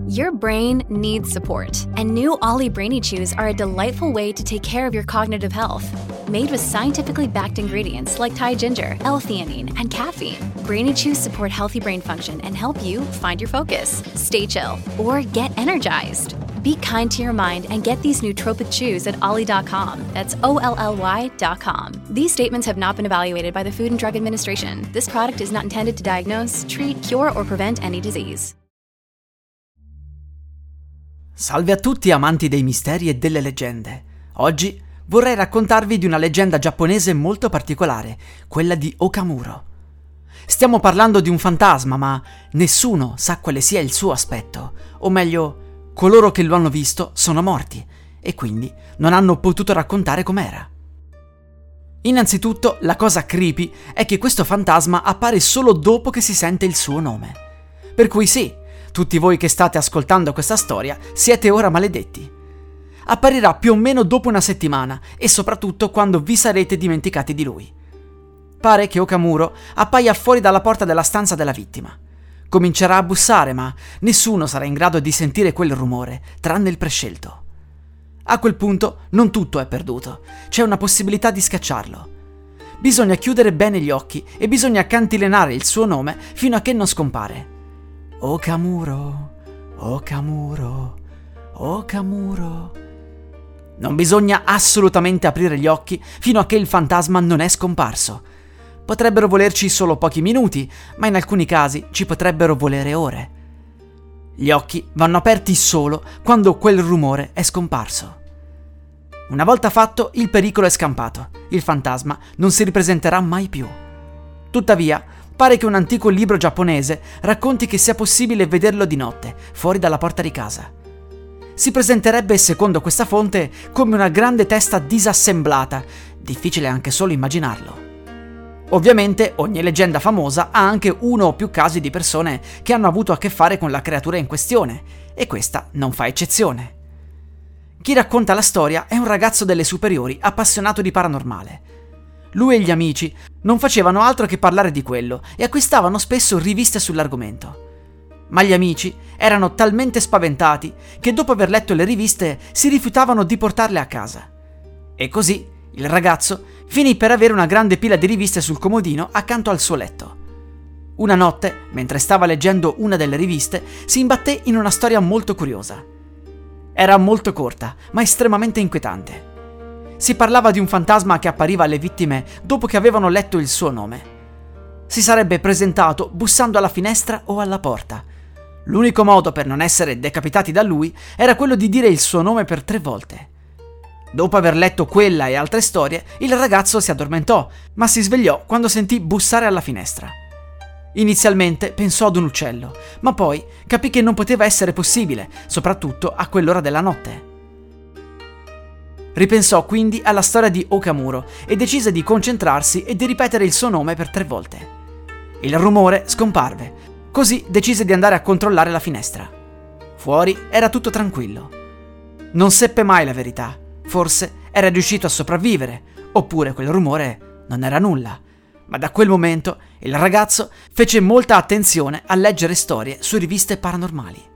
Your brain needs support, and new Ollie Brainy Chews are a delightful way to take care of your cognitive health. Made with scientifically backed ingredients like Thai ginger, L-theanine, and caffeine, Brainy Chews support healthy brain function and help you find your focus, stay chill, or get energized. Be kind to your mind and get these nootropic chews at ollie.com. That's OLLY.com. These statements have not been evaluated by the Food and Drug Administration. This product is not intended to diagnose, treat, cure, or prevent any disease. Salve a tutti amanti dei misteri e delle leggende. Oggi vorrei raccontarvi di una leggenda giapponese molto particolare, quella di Okamuro. Stiamo parlando di un fantasma, ma nessuno sa quale sia il suo aspetto, o meglio, coloro che lo hanno visto sono morti e quindi non hanno potuto raccontare com'era. Innanzitutto, la cosa creepy è che questo fantasma appare solo dopo che si sente il suo nome. Per cui sì, tutti voi che state ascoltando questa storia siete ora maledetti. Apparirà più o meno dopo una settimana e soprattutto quando vi sarete dimenticati di lui. Pare che Okamuro appaia fuori dalla porta della stanza della vittima. Comincerà a bussare, ma nessuno sarà in grado di sentire quel rumore, tranne il prescelto. A quel punto non tutto è perduto, c'è una possibilità di scacciarlo. Bisogna chiudere bene gli occhi e bisogna cantilenare il suo nome fino a che non scompare. Okamuro, Okamuro, Okamuro. Non bisogna assolutamente aprire gli occhi fino a che il fantasma non è scomparso. Potrebbero volerci solo pochi minuti, ma in alcuni casi ci potrebbero volere ore. Gli occhi vanno aperti solo quando quel rumore è scomparso. Una volta fatto, il pericolo è scampato. Il fantasma non si ripresenterà mai più. Tuttavia, pare che un antico libro giapponese racconti che sia possibile vederlo di notte, fuori dalla porta di casa. Si presenterebbe, secondo questa fonte, come una grande testa disassemblata, difficile anche solo immaginarlo. Ovviamente ogni leggenda famosa ha anche uno o più casi di persone che hanno avuto a che fare con la creatura in questione, e questa non fa eccezione. Chi racconta la storia è un ragazzo delle superiori appassionato di paranormale. Lui e gli amici non facevano altro che parlare di quello e acquistavano spesso riviste sull'argomento. Ma gli amici erano talmente spaventati che dopo aver letto le riviste si rifiutavano di portarle a casa. E così il ragazzo finì per avere una grande pila di riviste sul comodino accanto al suo letto. Una notte, mentre stava leggendo una delle riviste, si imbatté in una storia molto curiosa. Era molto corta, ma estremamente inquietante. Si parlava di un fantasma che appariva alle vittime dopo che avevano letto il suo nome. Si sarebbe presentato bussando alla finestra o alla porta. L'unico modo per non essere decapitati da lui era quello di dire il suo nome per 3 volte. Dopo aver letto quella e altre storie, il ragazzo si addormentò, ma si svegliò quando sentì bussare alla finestra. Inizialmente pensò ad un uccello, ma poi capì che non poteva essere possibile, soprattutto a quell'ora della notte. Ripensò quindi alla storia di Okamuro e decise di concentrarsi e di ripetere il suo nome per 3 volte. Il rumore scomparve, così decise di andare a controllare la finestra. Fuori era tutto tranquillo. Non seppe mai la verità, forse era riuscito a sopravvivere, oppure quel rumore non era nulla. Ma da quel momento il ragazzo fece molta attenzione a leggere storie su riviste paranormali.